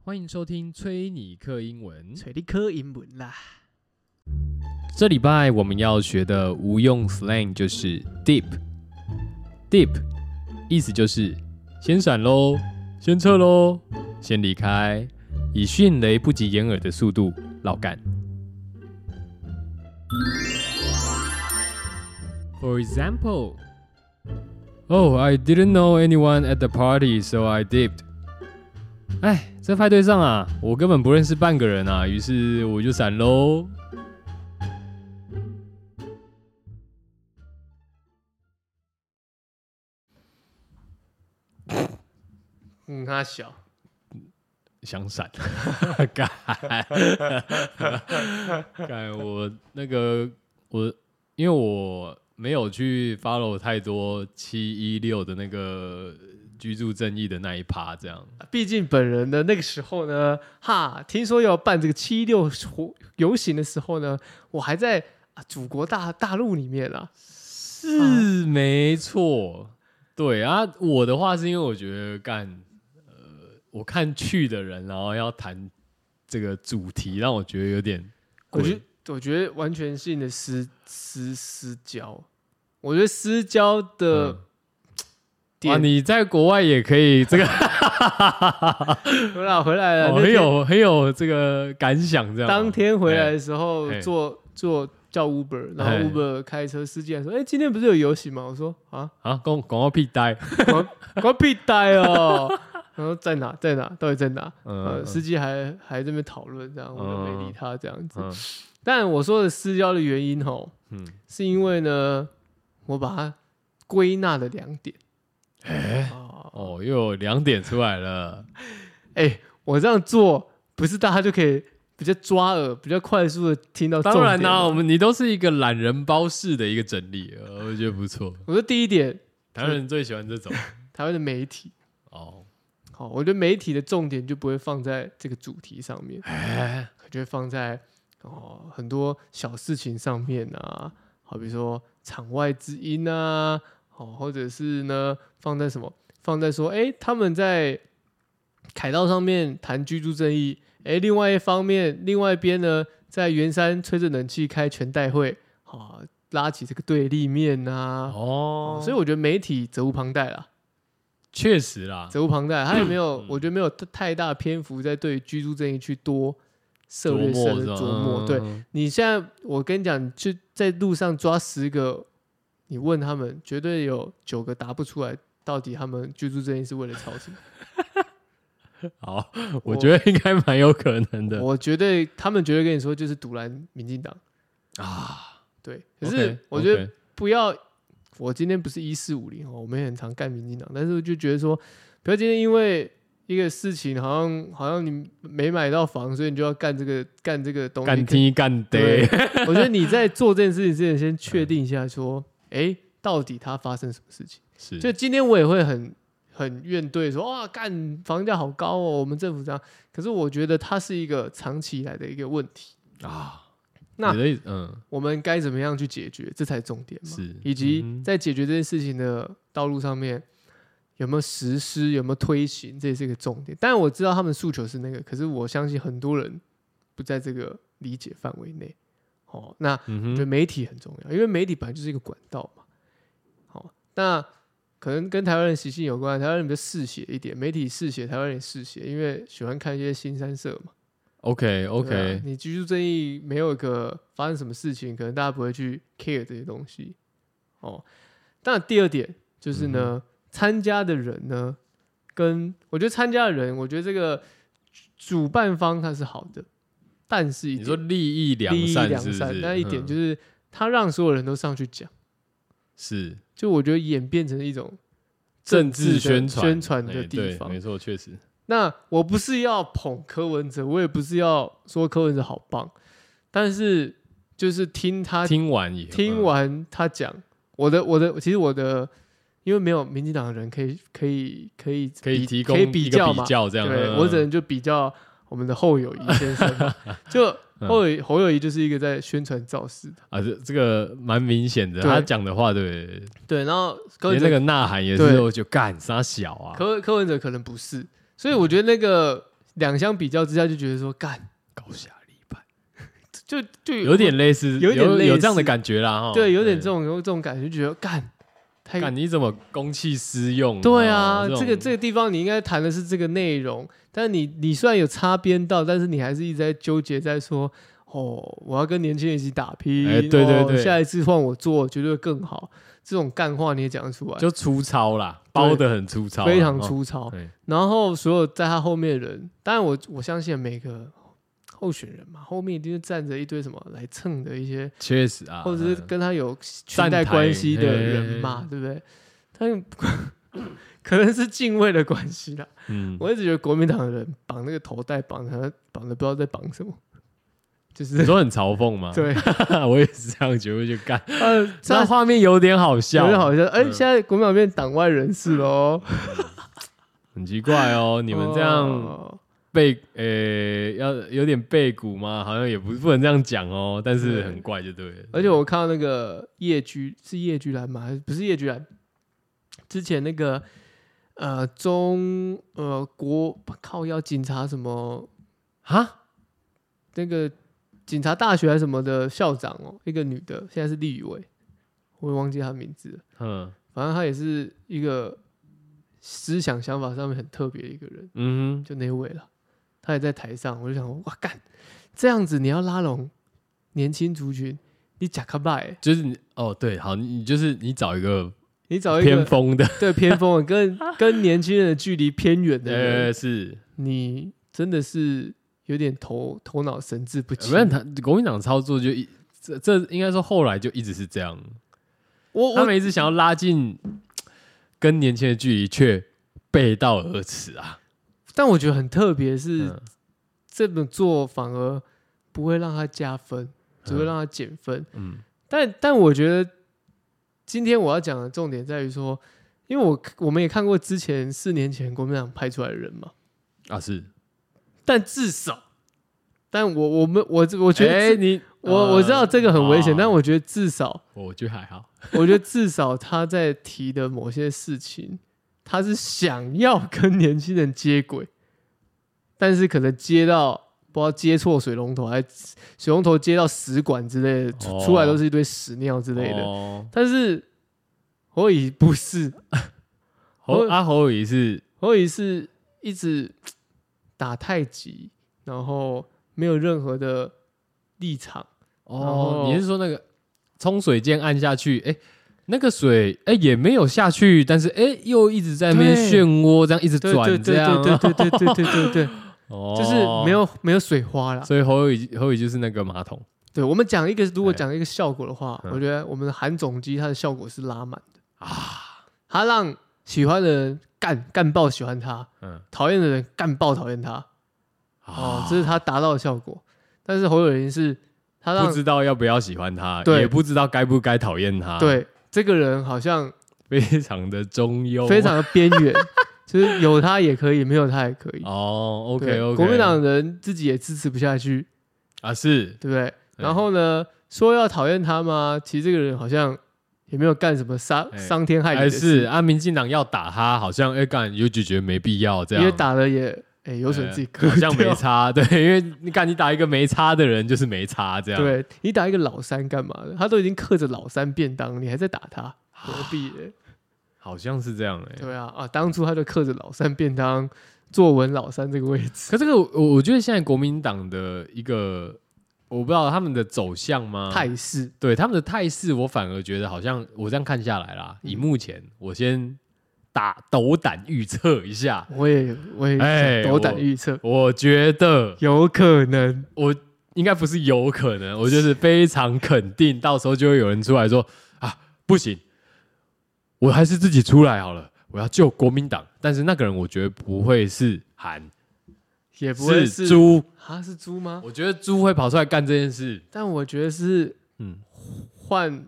欢迎收听崔尼克英文。 找你考英文啦。 这礼拜我们要学的无用 slang 就是 dip。dip 意思就是先闪咯，先撤咯，先离开，以迅雷不及掩耳的速度绕干。For example, oh, I didn't know anyone at the party, so I dipped. 哎，这派对上啊，我根本不认识半个人啊，于是我就闪喽。 他小， 想闪，干我那个因为我没有去 follow 太多716的那个居住正义的那一趴，这样。 毕竟本人的那个时候呢，听说要办这个716游行的时候呢，我还在祖国大陆里面啦。 是没错，对啊。我的话是因为我觉得我看去的人，然后要谈这个主题，让我觉得有点贵。 我觉得完全性的私交，我觉得私交的点， 你在国外也可以这个回来了， 很有这个感想，这样。 当天回来的时候，叫 Uber， 然后 Uber 开车，司机来说：“今天不是有游行吗？”我说：“讲我屁呆， 讲屁呆哦。”然后在哪？到底在哪？司机还在那边讨论，这样我就没理他这样子。但我说的私交的原因是因为呢，我把它归纳了2点。 又有2点出来了。 我这样做不是大家就可以比较抓耳、比较快速的听到重点？ 当然啦，你都是一个懒人包式的一个整理，我觉得不错。 我说第一点， 台湾人最喜欢这种台湾的媒体。我觉得媒体的重点就不会放在这个主题上面，就会放在很多小事情上面啊，好比说场外之音啊，或者是呢放在什么？放在说，他们在凯道上面谈居住正义，另外一边呢，在圆山吹着冷气开全代会，拉起这个对立面啊，所以我觉得媒体责无旁贷啦。 确实啦， 责无旁贷，他也没有，我觉得没有太大篇幅在对居住正义去多涉略深的琢磨。对，你现在，我跟你讲，就在路上抓10个，你问他们，绝对有9个答不出来，到底他们居住正义是为了吵什么？ 好，我觉得应该蛮有可能的。 他们绝对跟你说就是独揽民进党啊，对。可是我觉得不要。我今天不是1450，我们也很常干民进党，但是我就觉得说，不要今天因为一个事情，好像你没买到房，所以你就要干这个东西， 干天干地。 我觉得你在做这件事情之前，先确定一下说，到底它发生什么事情？ 是，就今天我也会很怨怼说，干房价好高哦，我们政府这样。可是我觉得它是一个长期以来的一个问题啊。那我们该怎么样去解决？这才是重点嘛。是，以及在解决这件事情的道路上面有没有实施，有没有推行，这也是一个重点。当然我知道他们诉求是那个，可是我相信很多人不在这个理解范围内。那我觉得媒体很重要，因为媒体本来就是一个管道嘛。那可能跟台湾人习性有关，台湾人比较嗜血一点，媒体嗜血，台湾人也嗜血，因为喜欢看一些新三色嘛。 OK， 你居住正义没有一个发生什么事情，可能大家不会去 care 这些东西。当然第2点就是呢，参加的人呢，我觉得参加的人，我觉得这个主办方他是好的，但是你说利益两善是不是？ 那一点就是他让所有人都上去讲， 是， 就我觉得演变成一种政治宣传的地方， 没错，确实。 那我不是要捧柯文哲，我也不是要说柯文哲好棒，但是就是听完他讲，其实我的，因为没有民进党的人可以提供比较嘛， 这样， 对，我只能就比较我们的侯友宜先生，就侯友宜就是一个在宣传造势的这个蛮明显的，他讲的话对， 然后连那个呐喊也是，我就干啥小啊， 柯文哲可能不是。所以我觉得那个两相比较之下就觉得说干高下立判， 就有点类似， 有这样的感觉啦。 对，有点这种感觉，就觉得干你怎么公器私用？ 对啊，这个地方你应该谈的是这个内容，但是你虽然有擦边到，但是你还是一直在纠结在说，我要跟年轻人一起打拼，对，下一次换我做绝对更好。这种干话你也讲得出来， 就粗糙啦，包得很粗糙， 非常粗糙。然后所有在他后面的人，当然我相信每个候选人嘛，后面一定是站着一堆什么来蹭的一些， 确实啊， 或者是跟他有裙带关系的人嘛，对不对？但可能是敬畏的关系啦。我一直觉得国民党的人绑那个头带绑的不知道在绑什么。就是你说很嘲讽吗？ 对， 我也是这样觉得，就干。那画面有点好笑， 现在国民党变党外人士喽， 很奇怪哦。你们这样要有点背骨吗？好像也不能这样讲哦，但是很怪就对了。 而且我看到那个叶居兰吗？还是不是叶居兰？之前那个靠腰警察什么啊？那个。警察大学还是什么的校长一个女的，现在是立委，我也忘记她名字了。反正她也是一个思想想法上面很特别的一个人。就那位了，她也在台上，我就想说，哇干，这样子你要拉拢年轻族群，你假卡拜， 就是你对，好，你就是你找一个偏锋的， 对偏锋的，跟年轻人的距离偏远的人， 是你真的是。有点头脑神志不清。 国民党操作就这应该说后来就一直是这样。他们一直想要拉近跟年轻人的距离，却背道而驰啊。 但我觉得很特别是，这么做反而不会让他加分，只会让他减分。但我觉得今天我要讲的重点在于说，因为我们也看过之前4年前国民党派出来的人嘛。 是。 但至少，我觉得我知道这个很危险，但我觉得至少， 我觉得还好。 我觉得至少他在提的某些事情，他是想要跟年轻人接轨，但是可能接到不知道接错水龙头，还水龙头接到屎管之类的，出来都是一堆屎尿之类的。但是侯友宜不是， 侯友宜是一直。打太极，然后没有任何的立场。 你是说那个冲水键按下去，那个水也没有下去，但是又一直在那边漩涡，这样一直转，这样。 对，就是没有水花啦。 所以侯友宜就是那个马桶。 对，我们如果讲一个效果的话，我觉得我们的韩总机它的效果是拉满的啊，它让喜欢的人干爆喜欢他，讨厌的人干爆讨厌他，这是他达到的效果。但是侯友宜是他让不知道要不要喜欢他，也不知道该不该讨厌他。 对，这个人好像非常的中庸， 非常的边缘，就是有他也可以，没有他也可以。 OK， 国民党人自己也支持不下去啊，是对不对？然后呢，说要讨厌他吗？其实这个人好像。也没有干什么伤天害理的事民进党要打他，好像又就觉得没必要这样， 因为打了也有损自己格调， 好像没差。对，因为你打一个没差的人就是没差这样。 对，你打一个老三干嘛的？他都已经嗑着老三便当，你还在打他，何必？ 好像是这样对啊，当初他就嗑着老三便当，坐稳老三这个位置。 可这个我觉得现在国民党的一个。我不知道他们的走向吗？ 态势， 对他们的态势，我反而觉得好像我这样看下来啦。以目前，我先斗胆预测一下。 我也斗胆预测， 我觉得有可能。 我应该不是有可能，我就是非常肯定，到时候就会有人出来说不行，我还是自己出来好了，我要救国民党。但是那个人，我觉得不会是韩。 也不会是猪是猪吗？ 我觉得猪会跑出来干这件事， 但我觉得是换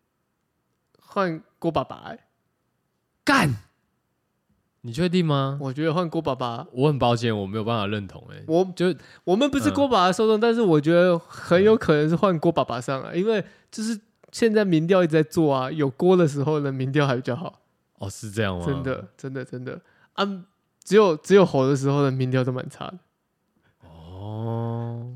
郭爸爸干，你确定吗？ 我觉得换郭爸爸， 我很抱歉，我没有办法认同我们不是郭爸爸受众，但是我觉得很有可能是換郭爸爸上来，因为就是现在民调一直在做啊，有郭的时候呢，民调还比较好。 是这样吗？ 真的啊。只有吼的时候的民调都蛮差的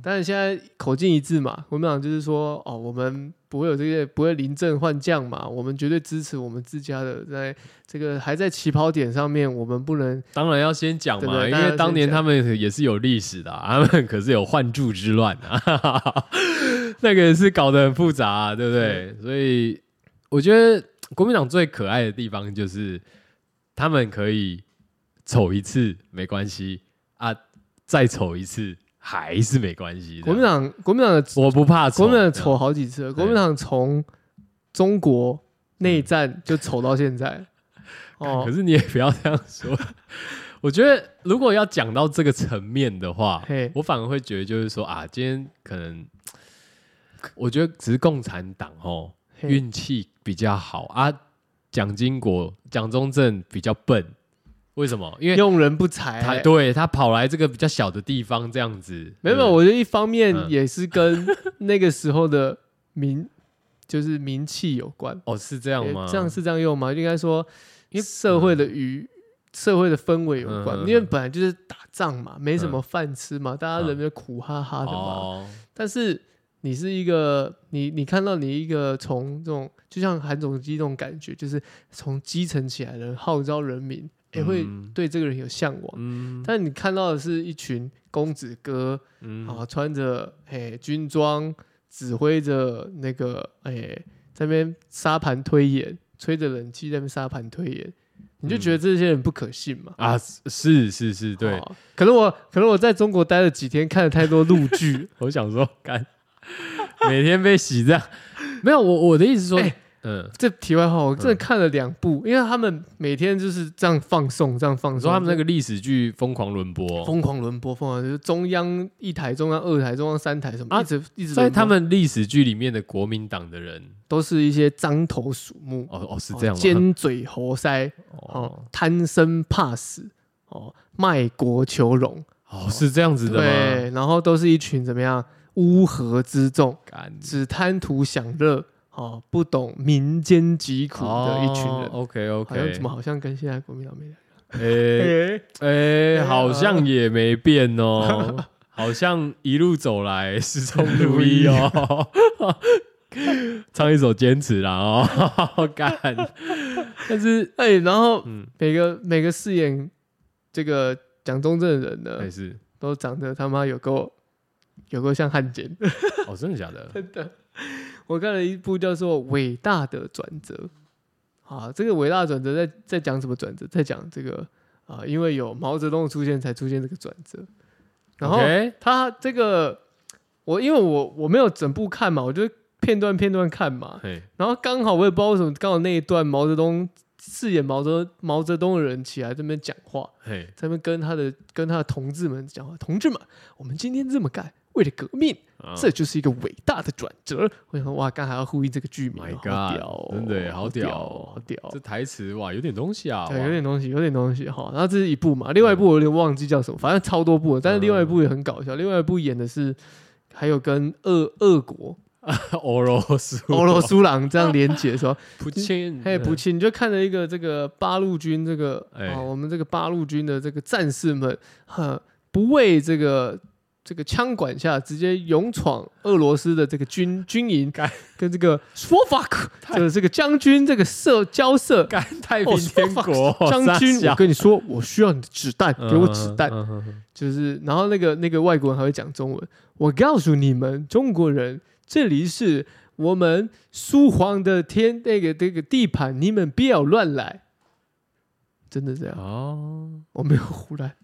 但是现在口径一致嘛，国民党就是说，我们不会有这些，不会临阵换将嘛，我们绝对支持我们自家的，在这个还在起跑点上面，我们不能， 当然要先讲嘛， 对因为当年他们也是有历史的、他们可是有换柱之乱啊，那个是搞得很复杂、对不对？所以我觉得国民党最可爱的地方就是他们可以丑一次没关系啊，再丑一次。还是没关系。 国民党的我不怕丑， 国民党丑好几次了。国民党从中国内战就丑到现在。 可是你也不要这样说。我觉得如果要讲到这个层面的话，我反而会觉得就是说今天可能我觉得只是共产党运气比较好啊，蒋中正比较笨。为什么？因为用人不才、 对他跑来这个比较小的地方这样子， 没有，我觉得一方面也是跟那个时候的就是名气有关。 是这样吗？ 是这样用吗？应该说，因为社会的氛围有关，因为本来就是打仗嘛，没什么饭吃嘛，大家人民苦哈哈的嘛。但是你是一个，你看到你一个从这种，就像韩总机这种感觉，就是从基层起来的人号召人民。也会对这个人有向往，但你看到的是一群公子哥，穿着军装，指挥着那个在那边沙盘推演，吹着冷气在那边沙盘推演，你就觉得这些人不可信嘛？ 是，对。 可能我在中国待了几天，看了太多陆剧， 我想说，每天被洗这样，没有我的意思是说。 这题外话，我真的看了2部，因为他们每天就是这样放送。 说他们那个历史剧疯狂轮播， 就是中央1台、中央2台、中央3台什么，一直在他们历史剧里面的国民党的人， 都是一些獐头鼠目， 是这样吗？ 尖嘴猴腮，贪生怕死，卖国求荣， 是这样子的吗？ 对，然后都是一群怎么样乌合之众，只贪图享乐。不懂民间疾苦的一群人。 OK， 好像跟现在国民党没两样。 好像也没变哦，好像一路走来始终如一哦。唱一首《坚持》啦干。但是然后每个饰演这个蒋中正的人呢，都长得他妈有够像汉奸。 真的假的？ 真的。我看了一部叫做《伟大的转折》这个伟大的转折在讲什么转折？在讲这个因为有毛泽东的出现，才出现这个转折。然后他这个因为我没有整部看嘛，我就片段看嘛。然后刚好我也不知道为什么，刚好那一段毛泽东饰演毛泽东的人起来这边讲话，在那边跟他的同志们讲话。同志们，我们今天这么干。为了革命，这就是一个伟大的转折。我想说，哇，刚还要呼应这个剧名，好屌， 真的好屌， 好屌！ 这台词哇，有点东西啊， 对，有点东西哈。然后这是一部嘛，另外一部我有点忘记叫什么，反正超多部，但是另外一部也很搞笑。另外一部演的是还有跟俄国俄罗斯郎这样连结的时候， 普钦， 你就看了一个这个八路军这个我们这个八路军的这个战士们，不为这个枪管下直接勇闯俄罗斯的这个军营，跟这个说法这个将军这个交涉， 太平天国将军，我跟你说，我需要你的子弹，给我子弹。就是然后那个外国人还会讲中文，我告诉你们中国人，这里是我们苏黄的那个地盘，你们不要乱来。真的这样我没有胡来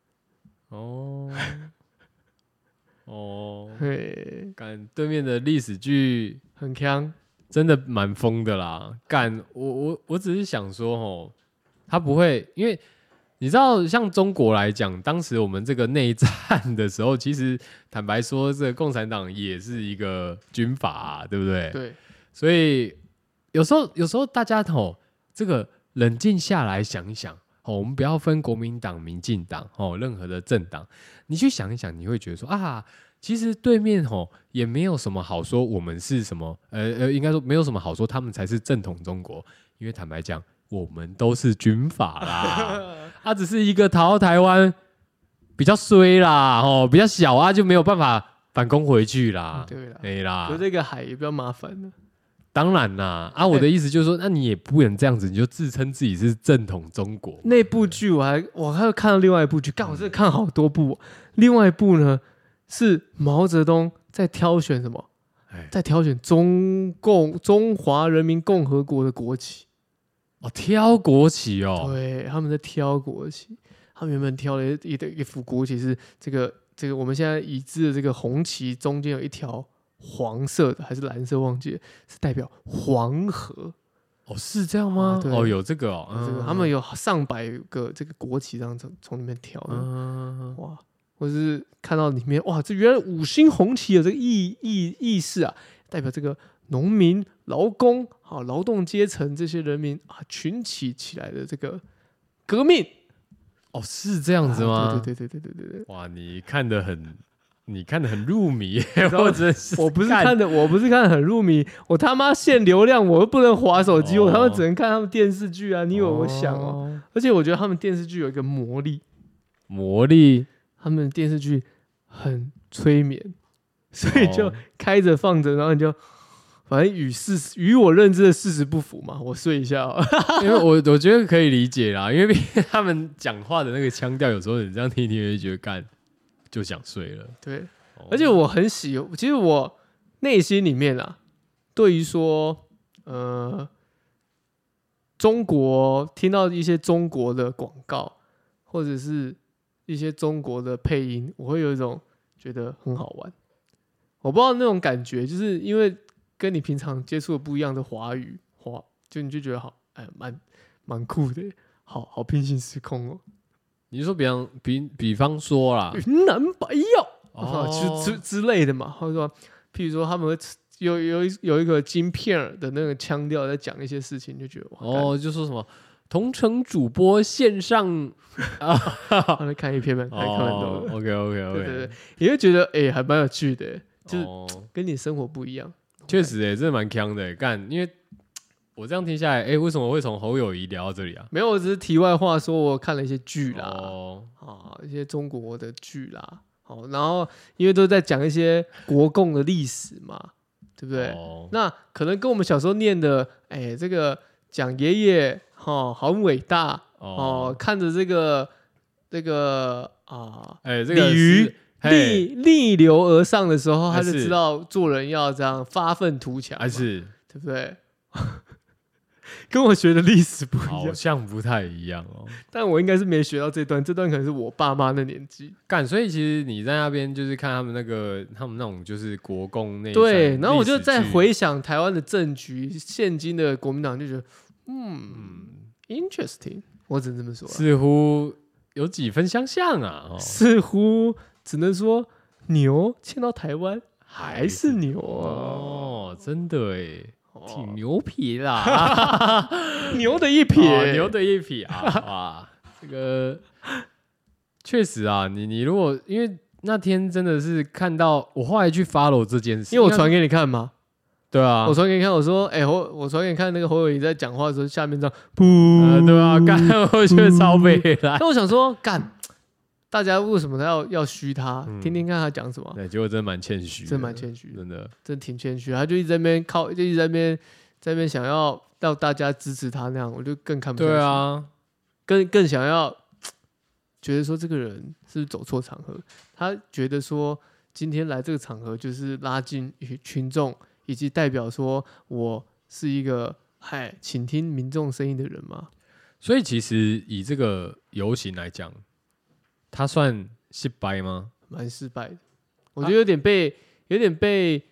干对面的历史剧很强， 真的蛮疯的啦。干我只是想说他不会，因为你知道，像中国来讲，当时我们这个内战的时候，其实坦白说，这个共产党也是一个军阀对不对？ 对， 所以有时候大家这个冷静下来想一想。我们不要分国民党、民进党任何的政党，你去想一想，你会觉得说其实对面也没有什么好说，我们是什么应该说没有什么好说，他们才是正统中国，因为坦白讲，我们都是军阀啦，只是一个逃到台湾比较衰啦，比较小就没有办法反攻回去啦， 对啦， 对啦， 隔这个海也比较麻烦了。 当然啦，我的意思就是说，那你也不能这样子，你就自称自己是正统中国。 那部剧我还有看到另外一部剧，我真的看好多部。另外一部呢是毛泽东在挑选什么？在挑选中华人民共和国的国旗。 挑国旗哦。 对，他们在挑国旗。他们原本挑了一幅国旗是这个我们现在已知的这个红旗中间有一条黄色的还是蓝色忘记了，是代表黄河。 是这样吗？有这个这个他们有上百个这个国旗这样从里面挑的。哇！我是看到里面哇，这原来5星红旗有这个意识啊，代表这个农民、劳工、劳动阶层这些人民群起来的这个革命。 是这样子吗？ 对。 哇，你看得很入迷， 我不是看得很入迷，我他妈限流量，我又不能滑手机，我他妈只能看他们电视剧啊！你以为我想而且我觉得他们电视剧有一个魔力，他们电视剧很催眠，所以就开着放着，然后你就反正与我认知的事实不符嘛，我睡一下因为我觉得可以理解啦，因为他们讲话的那个腔调，有时候你这样听一听，会觉得干就想睡了。 对，而且我很其实我内心里面对于说中国听到一些中国的广告，或者是一些中国的配音，我会有一种觉得很好玩。我不知道那种感觉，就是因为跟你平常接触的不一样的华语，就你就觉得好，蛮酷的，好平行时空哦。 你说比方说啦， 云南白药之类的嘛，或者说，譬如说他们会有一个晶片的那个腔调在讲一些事情，就觉得哇， 就说什么同城主播线上看一篇看蛮多的。 OK， 对，你会觉得还蛮有趣的，就是跟你生活不一样。 确实真的蛮强的干，因为我这样听下来，为什么会从侯友宜聊到这里啊？ 没有，我只是题外话说，我看了一些剧啦，一些中国的剧啦，然后因为都在讲一些国共的历史嘛，对不对？那可能跟我们小时候念的，这个讲爷爷很伟大看着这个鲤鱼逆流而上的时候，他就知道做人要这样发愤图强，对不对？跟我学的历史不一样， 好像不太一样哦。 但我应该是没学到这段可能是我爸妈的年纪干，所以其实你在那边就是看他们那种就是国共内战， 对，然后我就在回想台湾的政局，现今的国民党就觉得interesting， 我只能这么说， 似乎有几分相像啊， 似乎只能说牛迁到台湾还是牛真的挺牛皮啦， 牛的一撇， 牛的一撇哇，这个确实啊，你如果因为那天真的是看到我后来去 follow 这件事， 因为我传给你看嘛， 对啊， 我传给你看，我说我传给你看那个侯友宜在讲话的时候，下面这样噗， 对啊，干我觉得超北来， 那我想说干。大家为什么要虚他？听听看他讲什么。 对，结果真的蛮谦虚， 真蛮谦虚， 真的， 真挺谦虚。他就一直在那边就一直在那边想要让大家支持他那样，我就更看不下去。 对啊， 更想要觉得说这个人是不是走错场合？他觉得说今天来这个场合就是拉近群众，以及代表说我是一个倾听民众声音的人嘛。 所以其实以这个游行来讲。他算失败吗？ 蛮失败的，我觉得有点被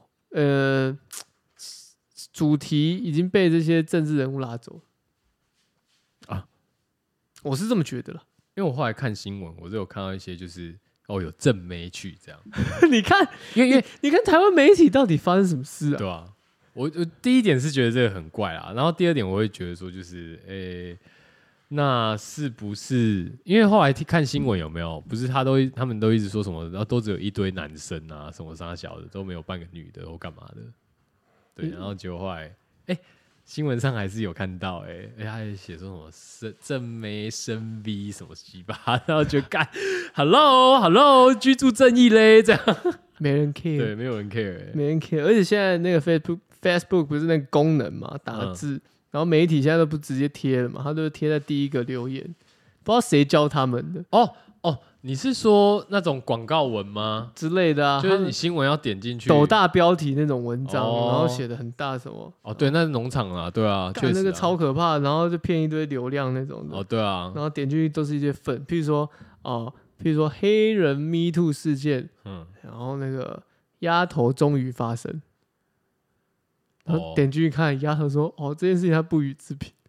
主题已经被这些政治人物拉走啊，我是这么觉得啦。 因为我后来看新闻，我就有看到一些就是有正媒去这样。 你看，因为你看台湾媒体到底发生什么事啊？ 对啊，我第一点是觉得这个很怪啦，然后第二点我会觉得说就是那是不是因为后来看新闻有没有？不是他们都一直说什么，然后都只有一堆男生啊，什么啥小的都没有半个女的或干嘛的。对，然后结果后来新闻上还是有看到他还写说什么正妹生 V 什么鸡巴，然后就干 hello 居住正义嘞这样。 没人 care， 对，没有人 care， 没人 care。而且现在那个 Facebook 不是那个功能嘛，打字，然后媒体现在都不直接贴了嘛，他都是贴在第一个留言，不知道谁教他们的。 你是说那种广告文吗？ 之类的啊， 就是你新闻要点进去， 斗大标题那种文章，然后写的很大什么？ 对，那是农场啊，对啊，确实那个超可怕，然后就骗一堆流量那种的。 对啊， 然后点进去都是一些粉，譬如说黑人 Me Too 事件，然后那个丫头终于发生，然后点进去看，丫头说：“这件事情他不予置评。”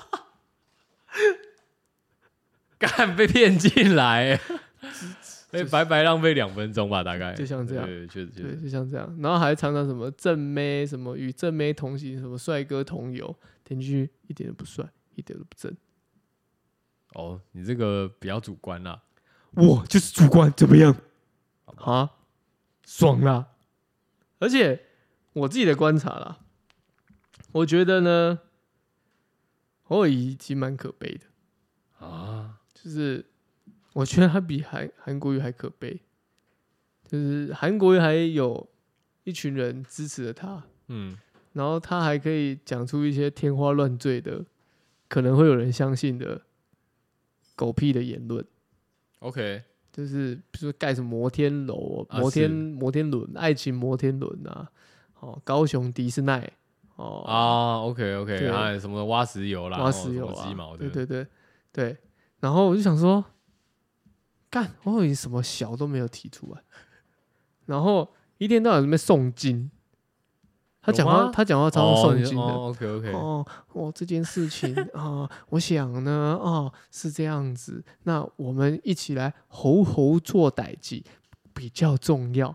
干被骗进来，白白浪费2分钟吧，大概就像这样， 对，确实， 对，就像这样。然后还常常什么正妹，什么与正妹同行，什么帅哥同游，点进去一点都不帅，一点都不正。 你这个比较主观啦， 我就是主观，怎么样？啊，爽啦！而且我自己的观察啦，我觉得呢，侯友宜其实蛮可悲的啊。就是我觉得他比韩国瑜还可悲，就是韩国瑜还有一群人支持了他，然后他还可以讲出一些天花乱坠的，可能会有人相信的狗屁的言论。 OK， 就是比如说盖什么摩天楼、摩天轮、爱情摩天轮啊，高雄迪士尼 OK， 什么挖石油啦， 挖石油啊， 鸡毛的， 对。然后我就想说，干，我有什么小都没有提出来，然后一天到晚在那边诵经，他讲话超像诵经的。OK，这件事情我想呢，是这样子，那我们一起来猴做代志比较重要。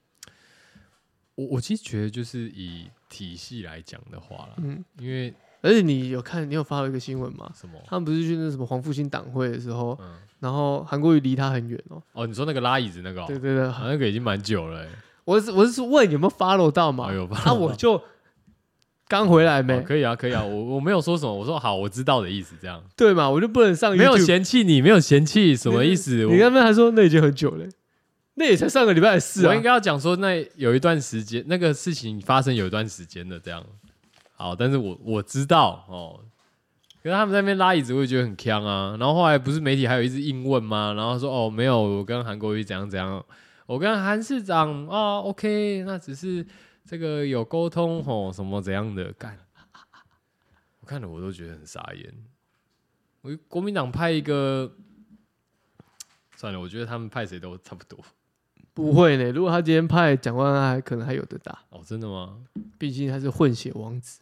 我其实觉得就是以体系来讲的话啦，因为。 而且你有发到一个新闻吗？ 什么？ 他们不是去那什么黄复兴党会的时候，然后韩国瑜离他很远你说那个拉椅子那个？ 对， 那个已经蛮久了。 我是问有没有 follow 到嘛？ 有 follow 到。 我就刚回来没？ 可以啊，我没有说什么，我说好，我知道的意思，这样对嘛？我就不能上 YouTube， 没有嫌弃你，没有嫌弃什么意思？ 你刚才还说那已经很久了，那也才上个礼拜的事啊。 我应该要讲说，那有一段时间，那个事情发生有一段时间的这样。好，但是我知道可是他们在那边拉椅子，我也觉得很呛啊。然后后来不是媒体还有一直硬问吗？然后说没有，我跟韩国瑜怎样，我跟韩市长OK， 那只是这个有沟通什么怎样的干，我看了我都觉得很傻眼。国民党派一个，算了，我觉得他们派谁都差不多。 不会呢，如果他今天派蒋万安，可能还有得打。 真的吗？ 毕竟他是混血王子。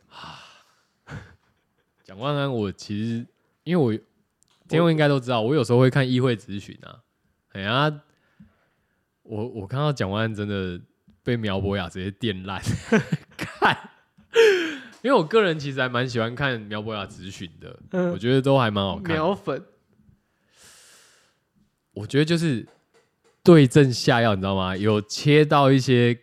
蒋万安，我其实因为听众应该都知道，我有时候会看议会质询啊。我看到蒋万安真的被苗博雅直接电烂，看，因为我个人其实还蛮喜欢看苗博雅质询的，我觉得都还蛮好看。 苗粉， 我觉得就是对症下药，你知道吗？有切到一些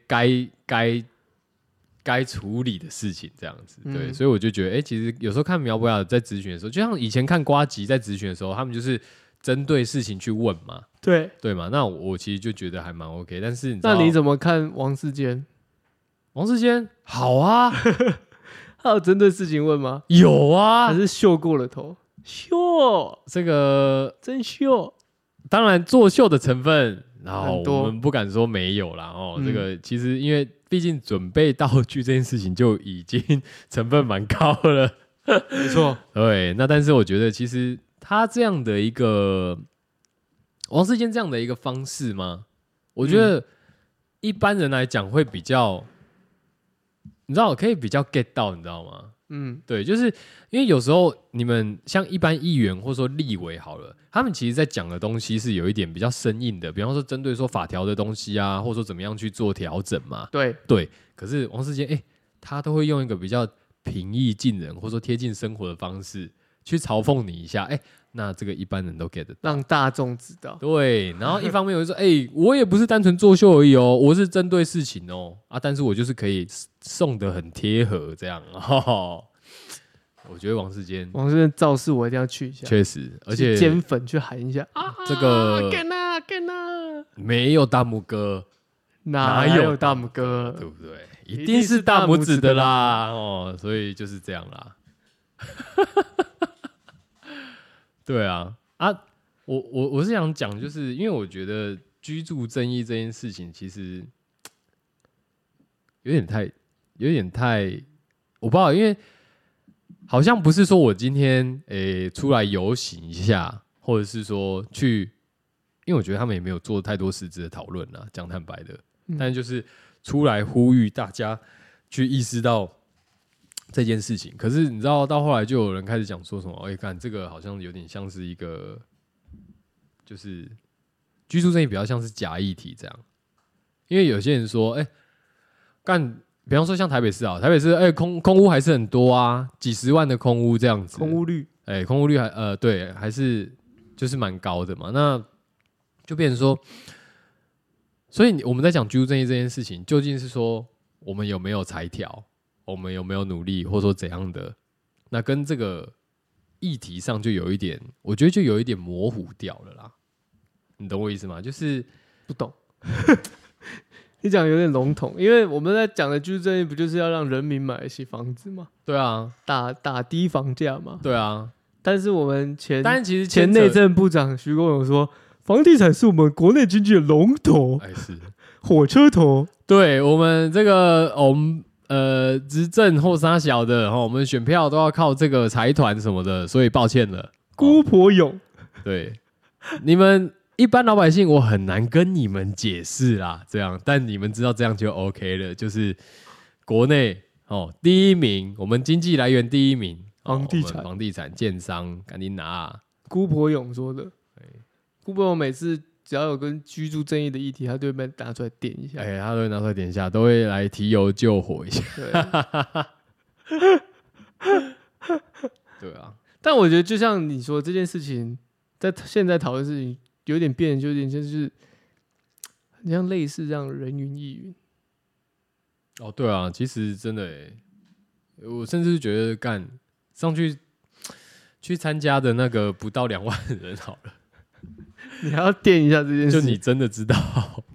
该处理的事情，这样子，对，所以我就觉得，其实有时候看苗博雅在质询的时候，就像以前看呱吉在质询的时候，他们就是针对事情去问嘛，对嘛，那我其实就觉得还蛮 OK， 但是那你怎么看王世坚？ 王世坚好啊， 他有针对事情问吗？ 有啊， 还是秀过了头？秀， 这个真秀， 当然作秀的成分。然后我们不敢说没有啦这个其实因为毕竟准备道具这件事情就已经成分蛮高了， 没错。 对，那但是我觉得其实他这样的一个王世坚这样的一个方式嘛，我觉得一般人来讲会比较，你知道可以比较 get 到，你知道吗？对，就是因为有时候你们像一般议员或者说立委好了，他们其实在讲的东西是有一点比较生硬的，比方说针对说法条的东西啊，或者说怎么样去做调整嘛。对，可是王世坚他都会用一个比较平易近人或者说贴近生活的方式去嘲讽你一下，那这个一般人都 get 得到， 让大众知道。 对，然后一方面我就说，我也不是单纯作秀而已我是针对事情但是我就是可以送得很贴合这样我觉得王世坚造势我一定要去一下， 确实，而且尖粉去喊一下这个干啊， 没有大拇哥， 哪有大拇哥， 对不对？一定是大拇指的啦，哦，所以就是这样啦。对啊，我是想讲，就是因为我觉得居住正义这件事情，其实有点太，我不知道，因为好像不是说我今天出来游行一下，或者是说去，因为我觉得他们也没有做太多实质的讨论啦，讲坦白的，但就是出来呼吁大家去意识到这件事情。可是你知道，到后来就有人开始讲说什么，看这个好像有点像是一个，就是居住正义比较像是假议题这样，因为有些人说，比方说像台北市啊，台北市空屋还是很多啊，几十万的空屋这样子， 空屋率， 空屋率对，还是就是蛮高的嘛。那就变成说，所以我们在讲居住正义这件事情，究竟是说我们有没有裁调，我们有没有努力，或者说怎样的？那跟这个议题上就有一点，我觉得就有一点模糊掉了啦。你懂我意思吗？就是不懂。你讲有点笼统，因为我们在讲的居住正义，不就是要让人民买得起房子吗？ 对啊， 打低房价嘛。对啊， 但是我们但其实前内政部长徐国勇说，房地产是我们国内经济的龙头， 是火车头。 对我们这个我们执政或啥小的，我们选票都要靠这个财团什么的，所以抱歉了， 姑婆勇。 对，你们。一般老百姓我很难跟你们解释啦，这样，但你们知道这样就 OK 了，就是国内第一名，我们经济来源第一名，房地产建商赶紧拿。 姑婆勇说的，姑婆勇每次只要有跟居住正义的议题，他都会被拿出来点一下， 他都会拿出来点一下，都会来提油救火一下。对啊， 但我觉得就像你说这件事情，在现在讨论事情。有点变，就有点就是很像类似这样人云亦云。 对啊，其实真的我甚至觉得上去参加的那个不到2万人好了， 你还要垫一下这件事， 就你真的知道，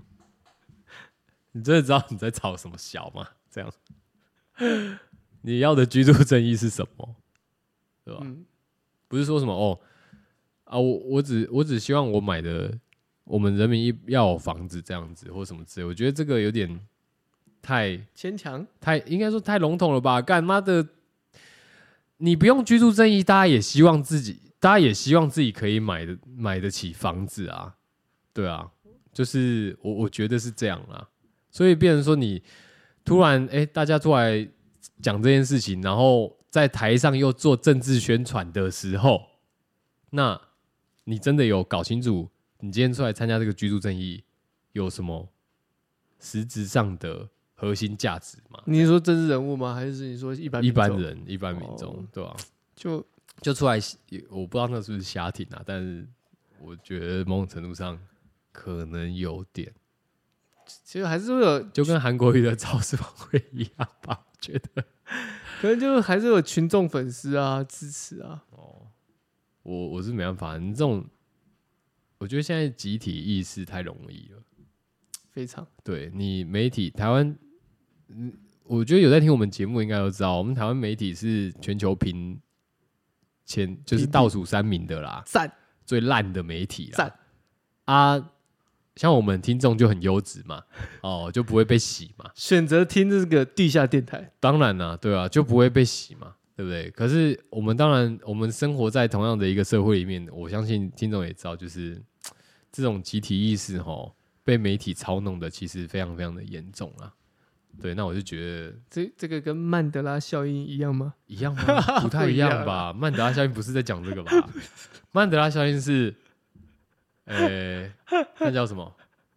你真的知道你在吵什么小吗？这样，你要的居住正义是什么？对吧？不是说什么我只希望我买的，我们人民要有房子这样子或什么之类，我觉得这个有点太牵强， 应该说太笼统了吧？干妈的，你不用居住正义，大家也希望自己可以买得起房子啊，对啊，就是我觉得是这样啦，所以变成说你突然大家出来讲这件事情，然后在台上又做政治宣传的时候，那你真的有搞清楚你今天出来参加这个居住正义有什么实质上的核心价值吗？ 你是说政治人物吗？还是你说一般人、一般民众，对吧？ 就出来，我不知道那是不是瞎挺啊，但是我觉得某种程度上可能有点， 其实还是会有， 就跟韩国瑜的造势晚会一样吧，我觉得可能就还是有群众粉丝啊支持啊。 我是没办法，你这种，我觉得现在集体意识太容易了， 非常。 对你媒体，台湾，我觉得有在听我们节目应该都知道，我们台湾媒体是全球就是倒数3名的啦， 赞， 最烂的媒体啦， 赞啊，像我们听众就很优质嘛，就不会被洗嘛， 选择听这个地下电台， 当然啦，对啊，就不会被洗嘛。对不对？可是我们生活在同样的一个社会里面，我相信听众也知道，就是这种集体意识被媒体操弄的，其实非常非常的严重啊。对，那我就觉得这个跟曼德拉效应一样吗？ 一样吗？不太一样吧。曼德拉效应不是在讲这个吧？曼德拉效应是，那叫什么？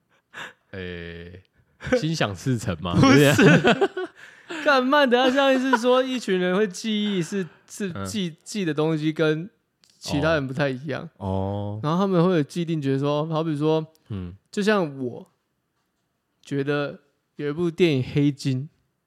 心想事成吗？ 不是。看曼德拉效应是说一群人会记忆是记的东西跟其他人不太一样然后他们会有既定觉得说，好比说就像我觉得有一部电影《黑金》，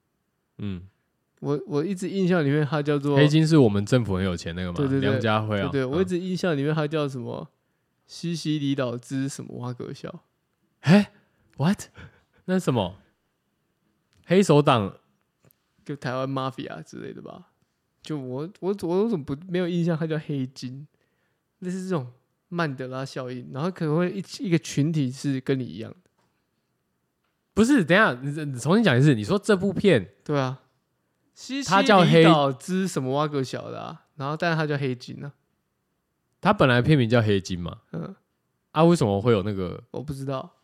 我一直印象里面它叫做黑金，是我们政府很有钱那个嘛， 对梁家辉啊， 对，我一直印象里面它叫什么西西里岛之什么蛙哥笑 ，what？ 那什么黑手党， 就台湾 mafia 之类的吧。就我怎么没有印象？它叫黑金，类似这种曼德拉效应，然后可能会一个群体是跟你一样的。 不是？等一下，你重新讲一次。你说这部片， 对啊， 它叫黑岛之什么挖个小的啊，然后但是它叫黑金啊。 它本来片名叫黑金嘛，为什么会有那个？ 我不知道。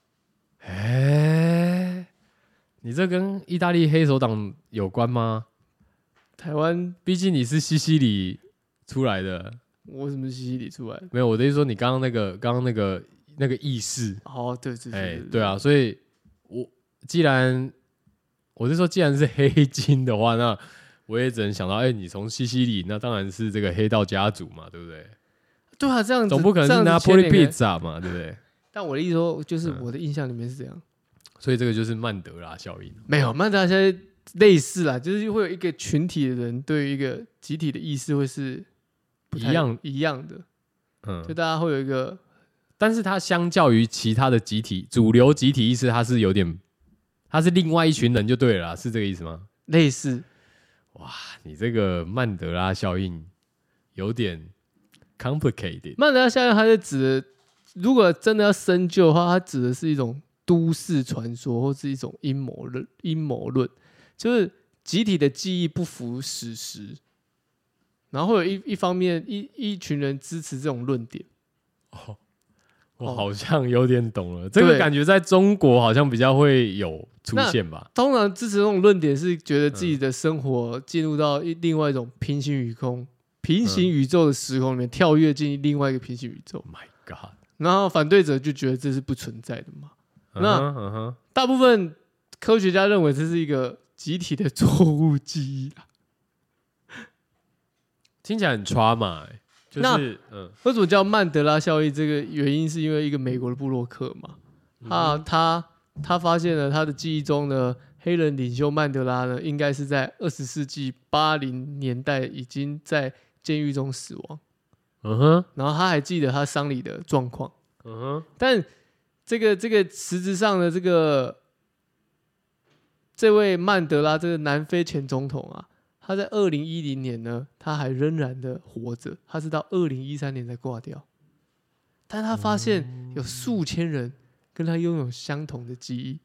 你这跟意大利黑手党有关吗？ 台湾， 毕竟你是西西里出来的。 我怎么是西西里出来的？ 没有，我的意思说你刚刚那个意识。 哦，对， 对啊，所以既然是黑金的话，那我也只能想到，你从西西里，那当然是这个黑道家族嘛，对不对？ 对啊，这样子总不可能是Napoli Pizza嘛，对不对？ 但我的意思说，就是我的印象里面是这样， 所以这个就是曼德拉效应。 没有，曼德拉效应类似啦，就是会有一个群体的人对于一个集体的意识会是一样的，就大家会有一个， 但是它相较于其他的集体主流集体意识，它是另外一群人就对了啦，是这个意思吗？ 类似。 哇，你这个曼德拉效应有点 complicated。 曼德拉效应它是指的，如果真的要深究的话，它指的是一种都市传说或是一种阴谋论，就是集体的记忆不符史实，然后会有一方面一群人支持这种论点。 我好像有点懂了，这个感觉在中国好像比较会有出现吧。 通常支持这种论点是觉得自己的生活进入到另外一种平行宇宙的时空里面，跳跃进另外一个平行宇宙。 My God！ 然后反对者就觉得这是不存在的嘛。那大部分科学家认为这是一个集体的错误记忆啦。 听起来很 trauma。就是为什么叫曼德拉效应？这个原因是因为一个美国的部落客嘛，他发现了他的记忆中呢，黑人领袖曼德拉呢，应该是在20世纪80年代已经在监狱中死亡。然后他还记得他丧礼的状况。但这个实质上的这位曼德拉，这个南非前总统啊。他在2010年呢，他还仍然的活着，他是到2013年才挂掉，但他发现有数千人跟他拥有相同的记忆。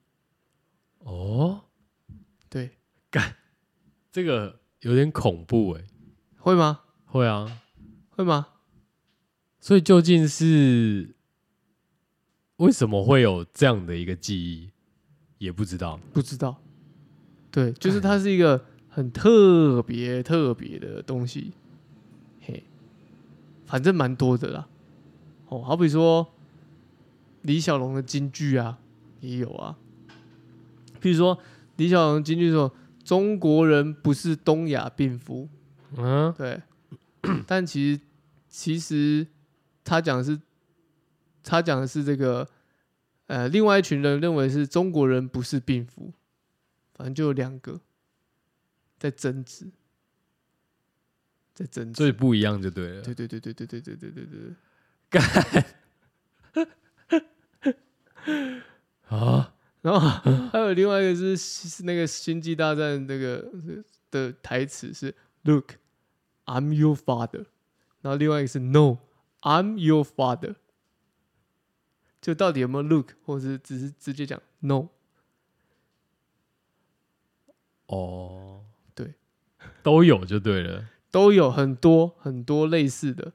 对， 这个有点恐怖会吗？ 会啊， 会吗？ 所以究竟是为什么会有这样的一个记忆，也不知道。对，就是它是一个很特别的东西，反正蛮多的啦。好比说李小龙的金句啊，也有啊。譬如说李小龙的金句说：“中国人不是东亚病夫。”对。但其实他讲的是这个，另外一群人认为是中国人不是病夫，反正就有2个。在争执， 所以不一样就对了。 对， 干然后还有另外一个是那个《星际大战》那个的台词是 "Look, I'm your father"， 然后另外一个是 "No, I'm your father"。就到底有没有 look， 或者是只是直接讲 no？ 对， 都有就对了， 都有很多类似的，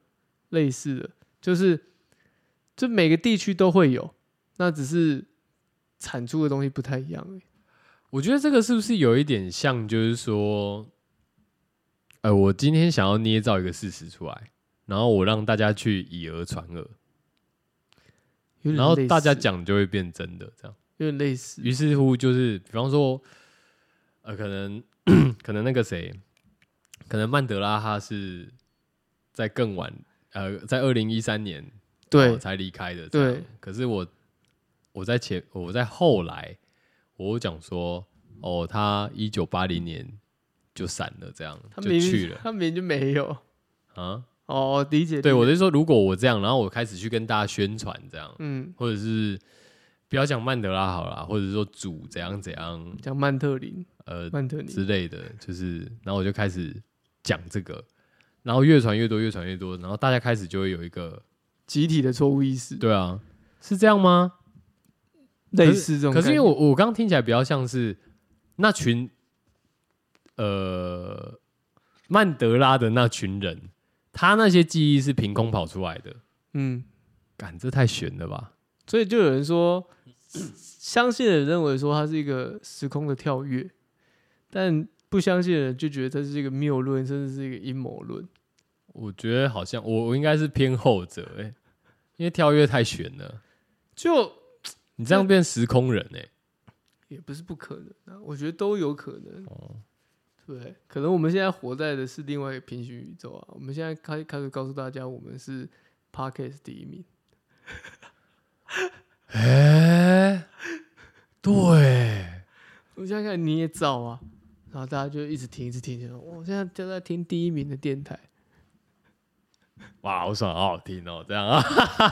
就每个地区都会有，那只是产出的东西不太一样而已。 我觉得这个是不是有一点像，就是说，我今天想要捏造一个事实出来，然后我让大家去以讹传讹，然后大家讲就会变真的，这样有点类似。 于是乎就是，比方说，可能那个谁，可能曼德拉他是在更晚，在2013年对才离开的， 对。 可是我在后来，我讲说，他1980年就闪了，这样就去了， 他明明就没有啊。 理解。 对，我是说，如果我这样，然后我开始去跟大家宣传这样，或者是不要讲曼德拉好了，或者说主怎样怎样， 讲曼特林，曼特林之类的，就是然后我就开始讲这个，然后越传越多，越传越多，然后大家开始就会有一个集体的错误意识。 对啊，是这样吗？ 类似这种， 可是因为我刚刚听起来比较像是那群曼德拉的那群人，他那些记忆是凭空跑出来的。干这太悬了吧？ 所以就有人说，相信的人认为说它是一个时空的跳跃，但不相信的人就觉得这是一个谬论，甚至是一个阴谋论。 我觉得好像我应该是偏后者因为跳跃太悬了。 就你这样变时空人也不是不可能我觉得都有可能。对，可能我们现在活在的是另外一个平行宇宙啊。我们现在开始告诉大家，我们是 Podcast 第1名。 对， 我现在开始捏造啊，然后大家就一直听，一直听，我现在就在听第1名的电台。 哇，好爽，好好听哦，这样啊，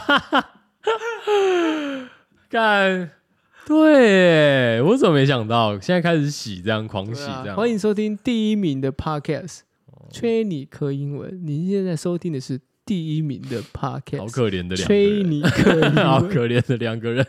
干，对，我怎么没想到？现在开始洗，这样狂洗，这样。 欢迎收听第1名的 Podcast， 吹你科英文。你现在收听的是第1名的 Podcast， 好可怜的两个人， 吹你科英文， 好可怜的两个人。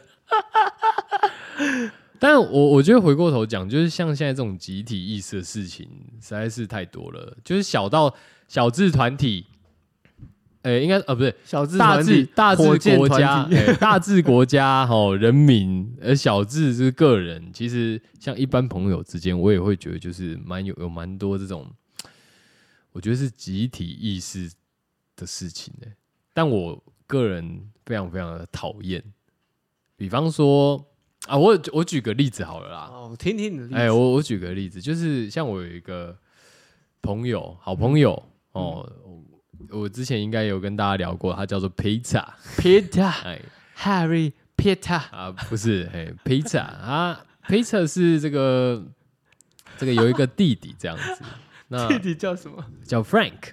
但我觉得回过头讲，就是像现在这种集体意识的事情，实在是太多了。就是小到小至团体，应该不是小至大至国家，大至国家人民，而小至是个人。其实像一般朋友之间，我也会觉得就是有蛮多这种，我觉得是集体意识的事情但我个人非常非常的讨厌。比方说啊，我举个例子好了啦。 我听听你的例子。 我举个例子，就是像我有一个朋友，好朋友我之前应该有跟大家聊过，他叫做 Peter，Harry Peter 啊，不是Peter 啊 ，Peter 是这个有一个弟弟这样子。那弟弟叫什么？ 叫 Frank。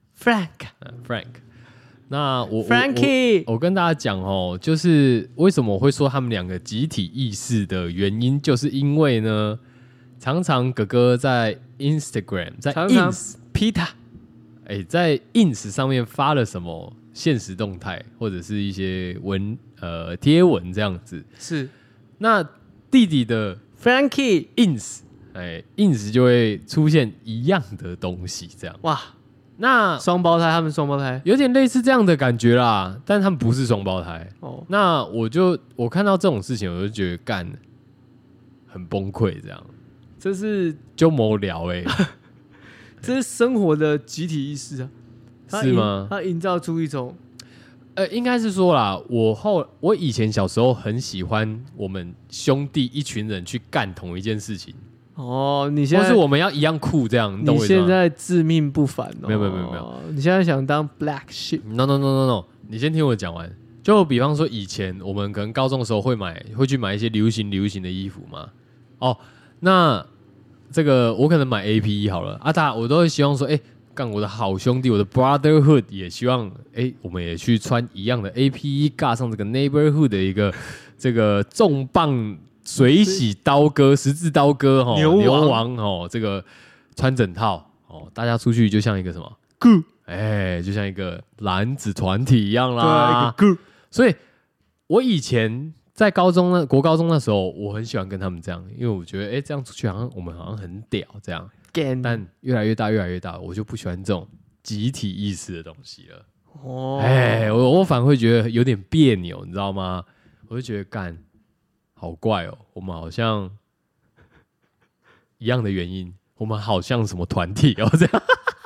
那 Frankie， 我跟大家讲就是为什么我会说他们两个集体意识的原因，就是因为呢，常常哥哥在 Instagram 在 Ins Peter 在 Ins 上面发了什么限时动态，或者是一些贴文这样子。 是， 那弟弟的 Frankie Ins 就会出现一样的东西，这样哇。 那他们双胞胎有点类似这样的感觉啦，但他们不是双胞胎。那我看到这种事情，我就觉得干很崩溃，这样。 这是就无聊这是生活的集体意识啊， 是吗？ 它营造出一种， 应该是说啦，我以前小时候很喜欢我们兄弟一群人去干同一件事情。 你现在或是我们要一样酷这样， 你现在自命不凡没有， 你现在想当 black sheep？No， 你先听我讲完。就比方说以前我们可能高中的时候会去买一些流行的衣服嘛。那这个我可能买 APE 好了我都会希望说，干我的好兄弟，我的 brotherhood 也希望，我们也去穿一样的 APE， 尬上这个 neighborhood 的一个这个重磅水洗刀割、十字刀割牛王这个穿整套大家出去就像一个什么 group， 就像一个男子团体一样啦。对，一个 group。所以我以前在国高中那时候，我很喜欢跟他们这样，因为我觉得这样出去我们好像很屌这样。但越来越大，我就不喜欢这种集体意识的东西了。我反而会觉得有点别扭，你知道吗？我就觉得干。好怪我们好像一样的原因，我们好像什么团体这样。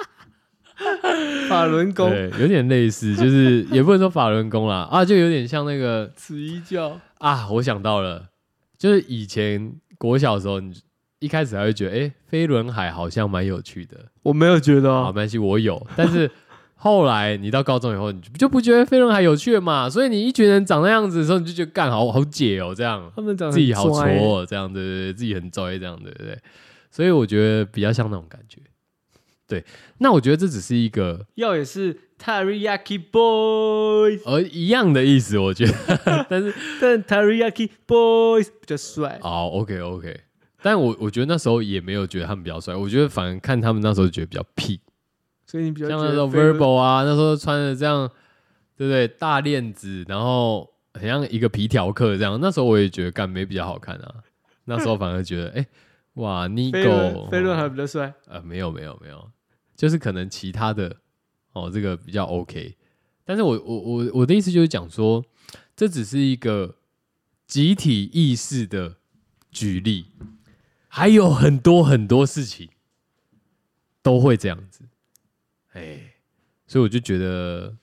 法轮功对，有点类似，就是也不能说法轮功啦就有点像那个慈一教我想到了，就是以前国小的时候，你一开始还会觉得飞轮海好像蛮有趣的， 我没有觉得没关系，我有，但是。后来你到高中以后，你就不觉得飞轮海有趣了嘛？所以你一群人长那样子的时候，你就觉得干好解这样。 他们长自己好挫这样，对，自己很拽这样，对不对？所以我觉得比较像那种感觉。 对，那我觉得这只是一个要也是 Teriyaki Boys， 一样的意思，我觉得，但 Teriyaki Boys 比较帅。 好 ，OK， 但我觉得那时候也没有觉得他们比较帅，我觉得反而看他们那时候觉得比较屁， 所以你比较像那时候 Verbal 啊，那时候穿的这样，对不对？大链子，然后很像一个皮条客这样，那时候我也觉得干没比较好看啊，那时候反而觉得哇 ，Nigo 飞轮还比较帅。 没有，就是可能其他的这个比较 OK， 但是我的意思就是讲说，这只是一个集体意识的举例，还有很多很多事情都会这样子，所以我就觉得，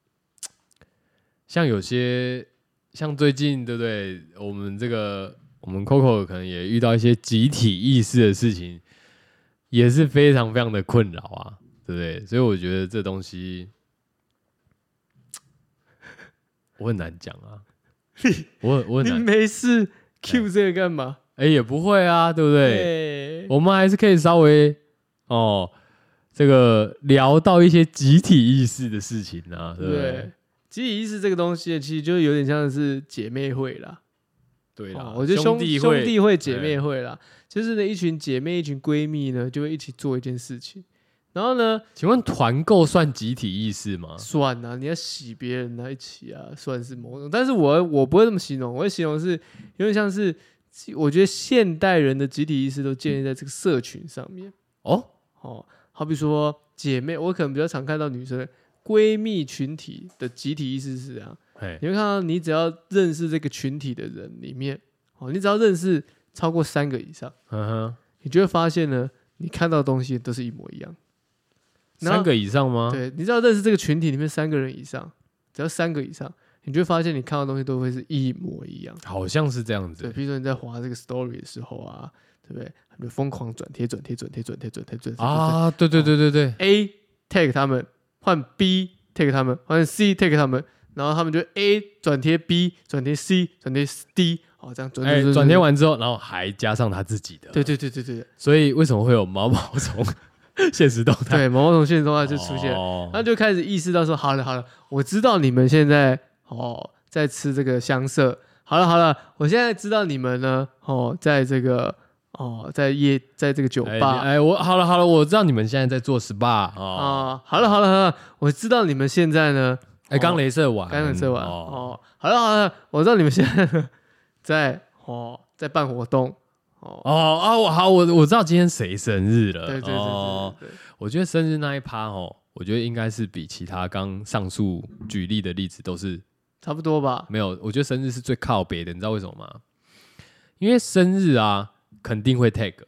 像有些像最近对不对，我们 Coco 可能也遇到一些集体意识的事情。也是非常非常的困扰啊，对不对？所以我觉得这东西我很难讲啊。我很难。 你没事 Q 这个干嘛？ 也不会啊，对不对？我们还是可以稍微这个聊到一些集体意识的事情啊，对不对？ 集体意识这个东西，其实就有点像是姐妹会啦。 对啦， 我觉得兄弟会、姐妹会啦，就是呢，一群姐妹、一群闺蜜呢，就会一起做一件事情。然后呢， 请问团购算集体意识吗？ 算啊，你要洗别人啊，一起啊，算是某种。但是我不会这么形容，我会形容是有点像是，我觉得现代人的集体意识都建立在这个社群上面。好比说姐妹，我可能比较常看到女生闺蜜群体的集体意识是这样。你会看到，你只要认识这个群体的人里面，你只要认识超过3个以上，你就会发现呢，你看到的东西都是一模一样。 3个以上吗？ 对，你只要认识这个群体里面3个人以上，只要3个以上，你就会发现你看到的东西都会是一模一样。 好像是这样子。 对，比如说你在滑这个 story 的时候啊，对不对？他们疯狂转贴啊， 对 ，A tag 他们，换 B tag 他们，换 C tag 他们。然后他们就 A 转贴 B 转贴 C 转贴 D， 这样转贴完之后，然后还加上他自己的。 对。 所以为什么会有毛毛虫现实动态？ 对，毛毛虫现实动态就出现，他就开始意识到说：好了，我知道你们现在在吃这个香色。好了，我现在知道你们呢在这个在这个酒吧。 我好了，我知道你们现在在做 SPA 好了，我知道你们现在呢。 刚雷射完好了，我知道你们现在在办活动我知道今天谁生日了。 对， 我觉得生日那一趴我觉得应该是比其他刚上述举例的例子都是差不多吧。 没有，我觉得生日是最靠北的，你知道为什么吗？因为生日啊肯定会 tag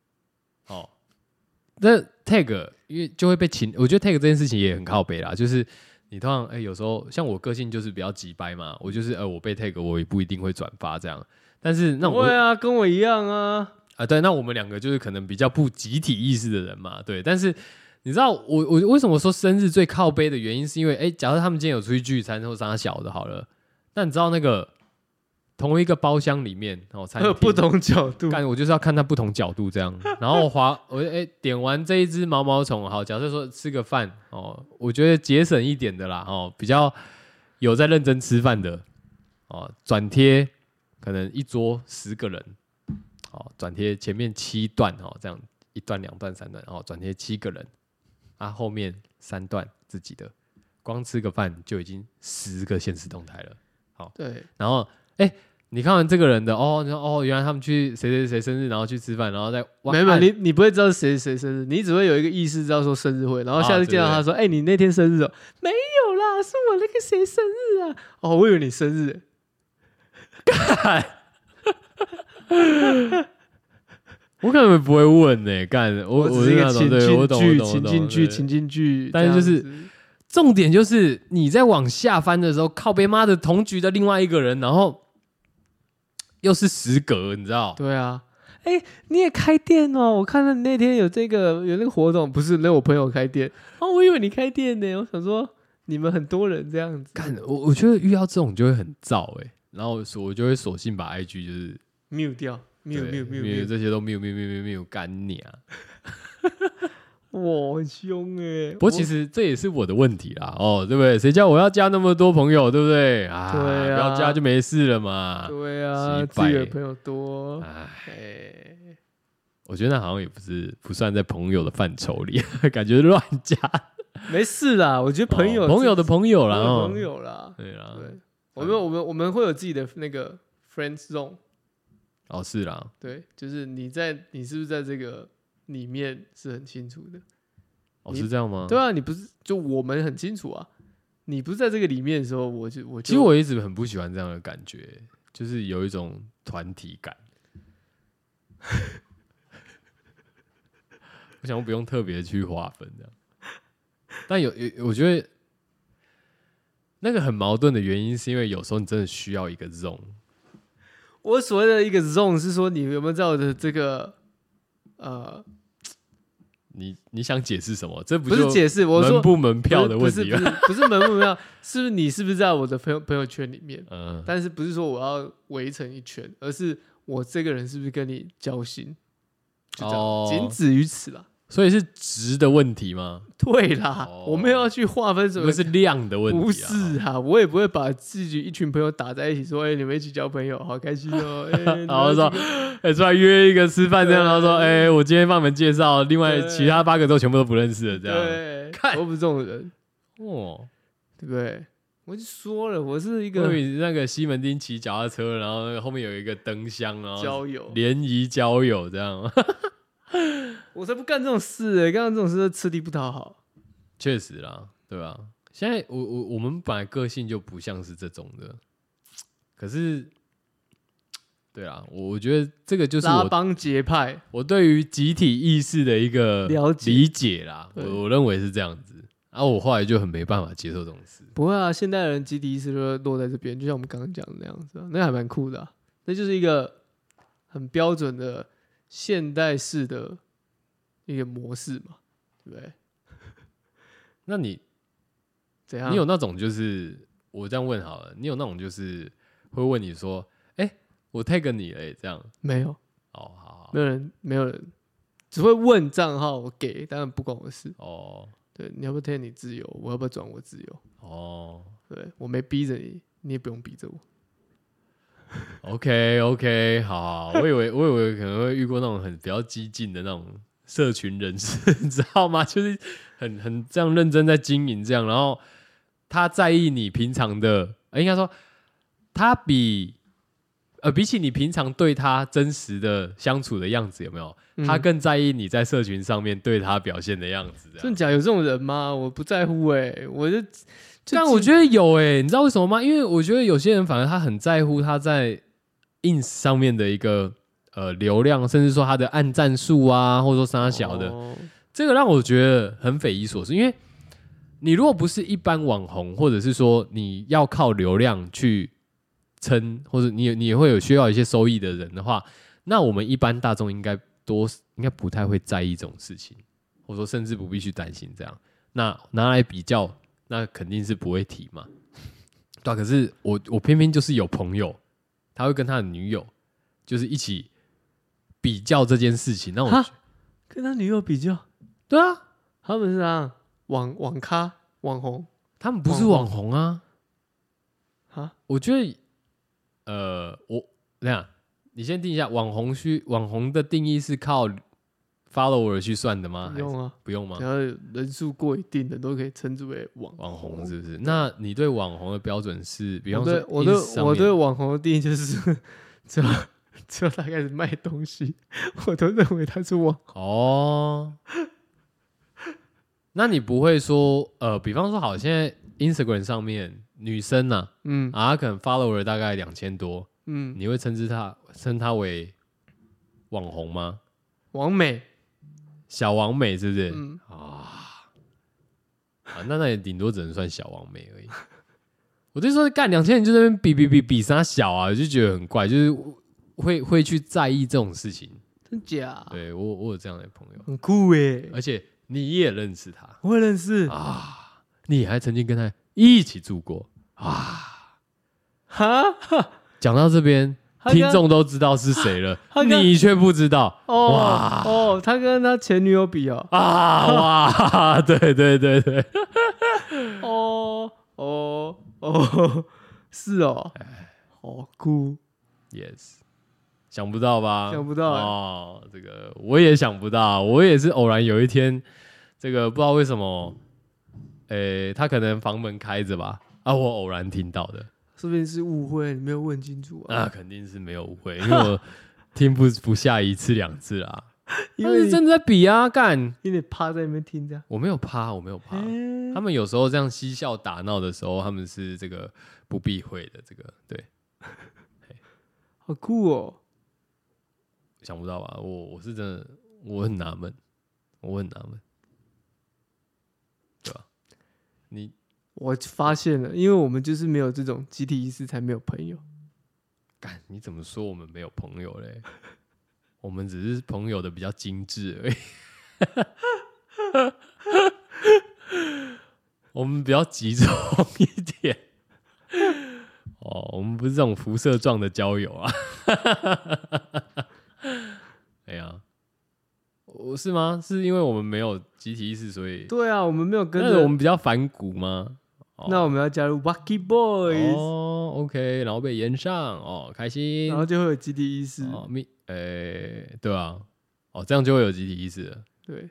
那 tag 因为就会被我觉得 tag 这件事情也很靠北啦，就是你通常有时候像我个性就是比较急掰嘛，我就是我被 tag 我也不一定会转发这样，但是那会啊，跟我一样啊。 对，那我们2个就是可能比较不集体意识的人嘛，对。但是你知道我为什么说生日最靠背的原因，是因为假设他们今天有出去聚餐或啥小的好了，那你知道那个同一个包厢里面餐厅不同角度， 我就是要看它不同角度这样，然后我点完这一只毛毛虫，好，假设说吃个饭我觉得节省一点的啦比较有在认真吃饭的转贴可能一桌10个人转贴前面7段这样1段2段3段转贴7个人后面3段自己的，光吃个饭就已经10个现实动态了。好， 对， 然后你看完这个人的你说原来他们去谁生日，然后去吃饭，然后再没有你不会知道谁生日，你只会有一个意识知道说生日会，然后下次见到他说你那天生日没有啦，是我那个谁生日啊，我以为你生日我可能不会问干我只是一个情境剧， 但是就是重点就是你在往下翻的时候，靠北妈的同局的另外一个人，然后又是10格，你知道？ 对啊，你也开店我看到你那天有那个活动，不是那我朋友开店我以为你开店呢，我想说你们很多人这样子。 我觉得遇到这种就会很燥然后我就会索性把 IG 就是 mute 掉，mute 这些都 mute 干你啊！ 哇，很凶哎！ 不过其实这也是我的问题啦，对不对？谁叫我要加那么多朋友，对不对？ 对啊， 不要加就没事了嘛。 对啊，自己的朋友多。 我觉得那好像也不算在朋友的范畴里，感觉乱加。 没事啦，我觉得朋友的朋友啦， 朋友啦， 对啦， 对，我们会有自己的那个 friend zone。 是啦， 对，就是你是不是在这个里面是很清楚的？ 是这样吗？ 对啊，你不是就我们很清楚啊。你不是在这个里面的时候， 其实我一直很不喜欢这样的感觉，就是有一种团体感。我想不用特别去划分这样，但我觉得那个很矛盾的原因，是因为有时候你真的需要一个 zone。 我所谓的一个 zone 是说，你有没有在我的这个你想解释什么？这不是解释，我说门不门票的问题吗？ 不是门不门票，你是不是在我的朋友圈里面？但是不是说我要围成一圈，而是我这个人是不是跟你交心？就这样，仅止于此啦。 所以是值的问题吗？ 对啦，我没有要去划分什么， 不是量的问题。 不是啊，我也不会把自己一群朋友打在一起，说：“你们一起交朋友，好开心哦。” 然后说：“出来约一个吃饭这样。”然后说：“我今天帮你们介绍，另外其他8个都全部都不认识了。”这样， 对，我不是这种人，对不对？我就说了，我是一个那个西门町骑脚踏车，然后后面有一个灯箱，然后交友联谊交友这样。 我才不干这种事干这种事吃力不讨好。 确实啦，对吧？现在我们本来个性就不像是这种的，可是，对啊，我觉得这个就是拉帮结派， 我对于集体意识的一个理解啦。我认为是这样子。我后来就很没办法接受这种事。 不会啊，现代人集体意识都落在这边，就像我们刚刚讲的那样子那还蛮酷的那就是一个很标准的现代式的一个模式嘛，对不对？ 那你怎样？ 你有那种就是我这样问好了，你有那种就是会问你说，我 tag 你了这样？ 没有。 好， 没有人，只会问账号我给，当然不关我的事。对，你要不要 tag 你自由？我要不要转我自由？对，我没逼着你，你也不用逼着我。 OK， 好，我以为可能会遇过那种比较激进的那种社群人士，你知道吗？就是很这样认真在经营这样，然后他在意你平常的，应该说他比起你平常对他真实的相处的样子有没有？他更在意你在社群上面对他表现的样子。 真假有这种人吗？我不在乎但我觉得有你知道为什么吗？因为我觉得有些人反而他很在乎他在 ins 上面的一个流量，甚至说他的按赞数啊，或者说啥小的，这个让我觉得很匪夷所思。因为你如果不是一般网红，或者是说你要靠流量去撑，或者你也会有需要一些收益的人的话，那我们一般大众应该不太会在意这种事情，或者说甚至不必去担心这样。那拿来比较，那肯定是不会提嘛。对可是我偏偏就是有朋友，他会跟他的女友就是一起比较这件事情。那我跟他女友比较？ 对啊， 他们是啥网咖网红？ 他们不是网红啊。我觉得等一下，你先定一下，网红的定义是靠 follower 去算的吗？ 不用啊， 不用吗？ 只要人数过一定的都可以称之为网红， 是不是？那你对网红的标准是？比方说我对网红的定义就是只要他开始卖东西，我都认为他是网红。 那你不会说比方说好，现在 Instagram 上面女生啊，她可能 follower 大概2000多，你会称她为网红吗？ 网美， 小网美是不是？那也顶多只能算小网美而已。我就说干2000人就在那边比啥小啊，我就觉得很怪，就是会去在意这种事情。 真假？ 对我有这样的朋友， 很酷耶， 而且你也认识他， 我也认识你还曾经跟他一起住过讲到这边， 听众都知道是谁了，你却不知道。哇哦，他跟他前女友比哦。 哇，对， 是哦，好酷 ，yes， 想不到吧？ 想不到哦，这个我也想不到，我也是偶然有一天，这个不知道为什么，他可能房门开着吧，我偶然听到的。 说不定是误会，你没有问清楚啊。 那肯定是没有误会，因为我听不下1次2次啦。 因为是真的在比啊，干！ 因为你趴在那边听着。 我没有趴。他们有时候这样嬉笑打闹的时候，他们是这个不避讳的，这个对。 好酷哦！ 想不到吧？我是真的，我很纳闷，对吧？ 我发现了，因为我们就是没有这种集体意识，才没有朋友。 干，你怎么说我们没有朋友嘞？我们只是朋友的比较精致而已。我们比较集中一点。我们不是这种辐射状的交友啊。哎呀，是吗？是因为我们没有集体意识，所以对啊，我们没有跟着。 我们比较反骨吗？ 那我们要加入 Wacky Boys OK， 然后被延上开心， 然后就会有集体意识对啊，这样就会有集体意识了。 对，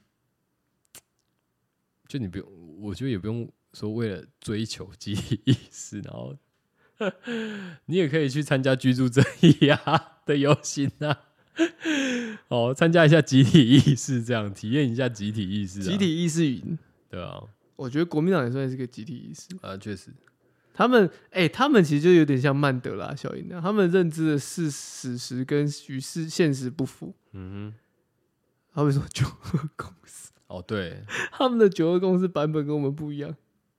就你不用，我觉得也不用说为了追求集体意识，然后你也可以去参加居住正义的游行啊。参加一下集体意识，这样体验一下集体意识。 集体意识营， 对啊。 我觉得国民党也算是个集体意识确实。 他们其实就有点像曼德拉效应那样，他们认知的是史实跟与现实不符。他们说92公司， 对， 他们的92公司版本跟我们不一样。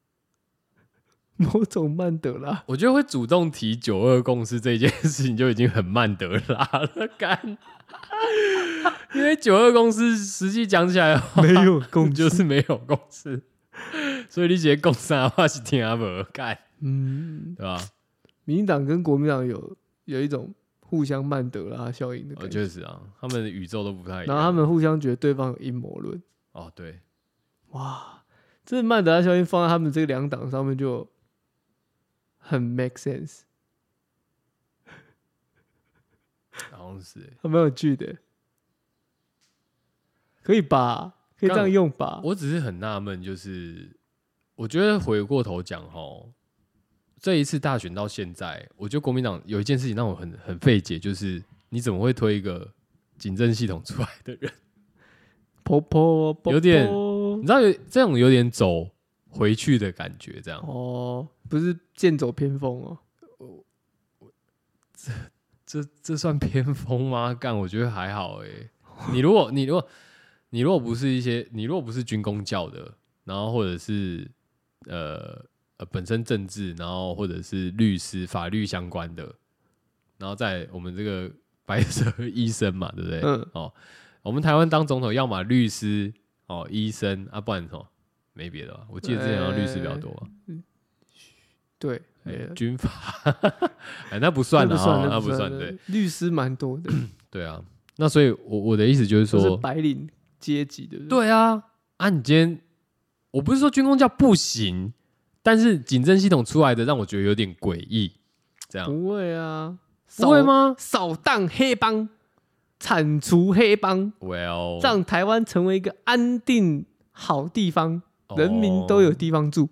某种曼德拉， 我觉得会主动提92共识这件事情就已经很曼德拉了，干。因为92公司实际讲起来没有共识， 就是没有共识，所以你写共识的话是听阿伯干，对吧？ 民进党跟国民党有一种互相曼德拉效应的感觉， 确实啊，他们的宇宙都不太一样， 然后他们互相觉得对方有阴谋论。 对， 哇，这曼德拉效应放在他们这两党上面就很 make sense， 好像是还蛮有趣的，可以吧？可以这样用吧？ 我只是很纳闷，就是我觉得回过头讲这一次大选到现在，我觉得国民党有一件事情让我很费解，就是你怎么会推一个警政系统出来的人？有点，你知道这种有点走回去的感觉，这样不是剑走偏锋这算偏锋吗？干，我觉得还好你如果不是军公教的，然后或者是本身政治，然后或者是律师、法律相关的，然后在我们这个白色医生嘛，对不对？我们台湾当总统，要么律师医生不然没别的吧？我记得之前好像律师比较多吧。 对， 军法那不算了，那不算，对， 律师蛮多的。 对啊，那所以我的意思就是说， 是白领阶级，对不对？ 对啊，你今天我不是说军公教不行，但是警政系统出来的让我觉得有点诡异，这样不会啊？ 不会吗？ 扫荡黑帮，铲除黑帮，让台湾成为一个安定好地方，人民都有地方住。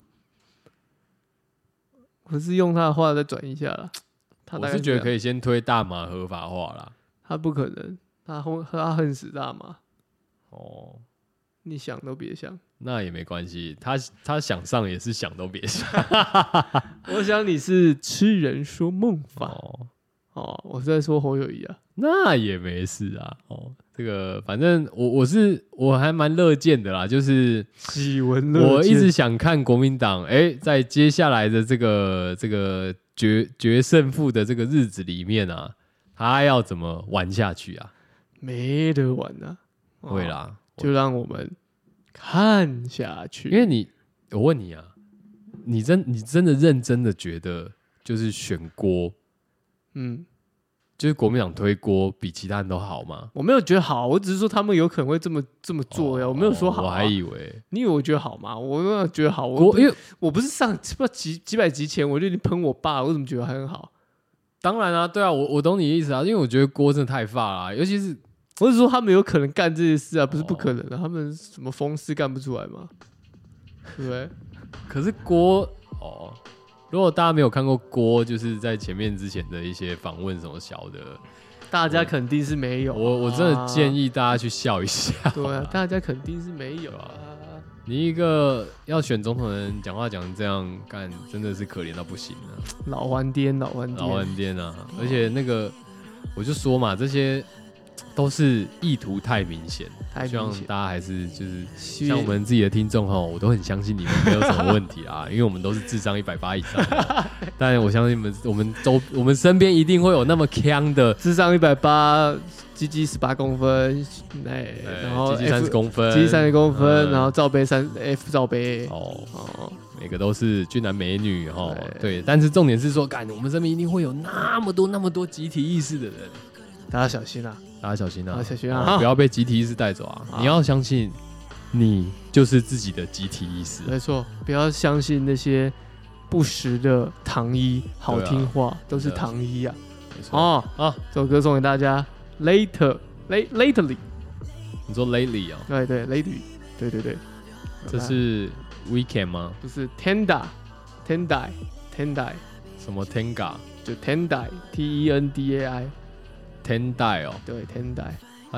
我是用他的话再转一下啦。 我是觉得可以先推大麻合法化啦。 他不可能，他恨死大麻。你想都别想。 那也没关系，他想上也是想都别想。 我想你是痴人说梦话。我是在说侯友宜啊。 那也没事啊。这个反正我还蛮乐见的啦，就是喜闻乐见。 我一直想看国民党在接下来的这个决胜负的这个日子里面啊，他要怎么玩下去啊？ 没得玩啊。 会啦， 就让我们看下去。 因为我问你啊，你真的认真的觉得就是选锅， 就是国民党推郭比其他人都好吗？ 我没有觉得好，我只是说他们有可能会这么做呀。我没有说好、啊， 我还以为你以为我觉得好吗？我没有觉得好。因为我不是上不知道几百集前我就已经喷我爸，我怎么觉得很好？ 当然啊，对啊，我懂你的意思啊，因为我觉得郭真的太发了、尤其是我是说他们有可能干这些事啊，不是不可能的、他们什么疯事干不出来吗？对不对？ 可是郭如果大家没有看过郭，就是在前面之前的一些访问什么小的， 大家肯定是没有、 我真的建议大家去笑一下。 对啊，大家肯定是没有啊。 你一个要选总统的人讲话讲这样干，真的是可怜到不行啊！ 老顽颠啊！ 而且那个我就说嘛，这些都是意图太明显，希望大家还是就是像我们自己的听众我都很相信你们没有什么问题啊，因为我们都是智商180以上的。但我相信我们身边一定会有那么强的智商180。鸡鸡18公分，然后鸡鸡30公分， 鸡鸡30公分，然后罩杯F 罩杯， 每个都是俊男美女对，但是重点是说，我们身边一定会有那么多集体意识的人， 大家小心啊！ 小心啊！ 不要被集体意识带走啊！你要相信，你就是自己的集体意识。 没错，不要相信那些不实的糖衣，好听话都是糖衣啊！ 没错这首歌送给大家。Lately， 你说 lately 对 ，lately， 对， 这是 weekend 吗？ 不是 Tendai， 什么 Tenga？ 就 Tendai Tendai Tendai 对 Tendai，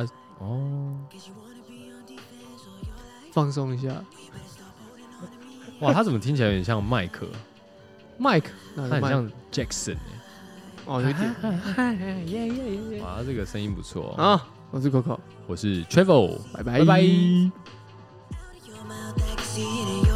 放松一下。 哇，他怎么听起来有点像麦克？ 他很像 Jackson 有点。 哇，这个声音不错啊！我是 Coco， 我是 Travel， 拜拜。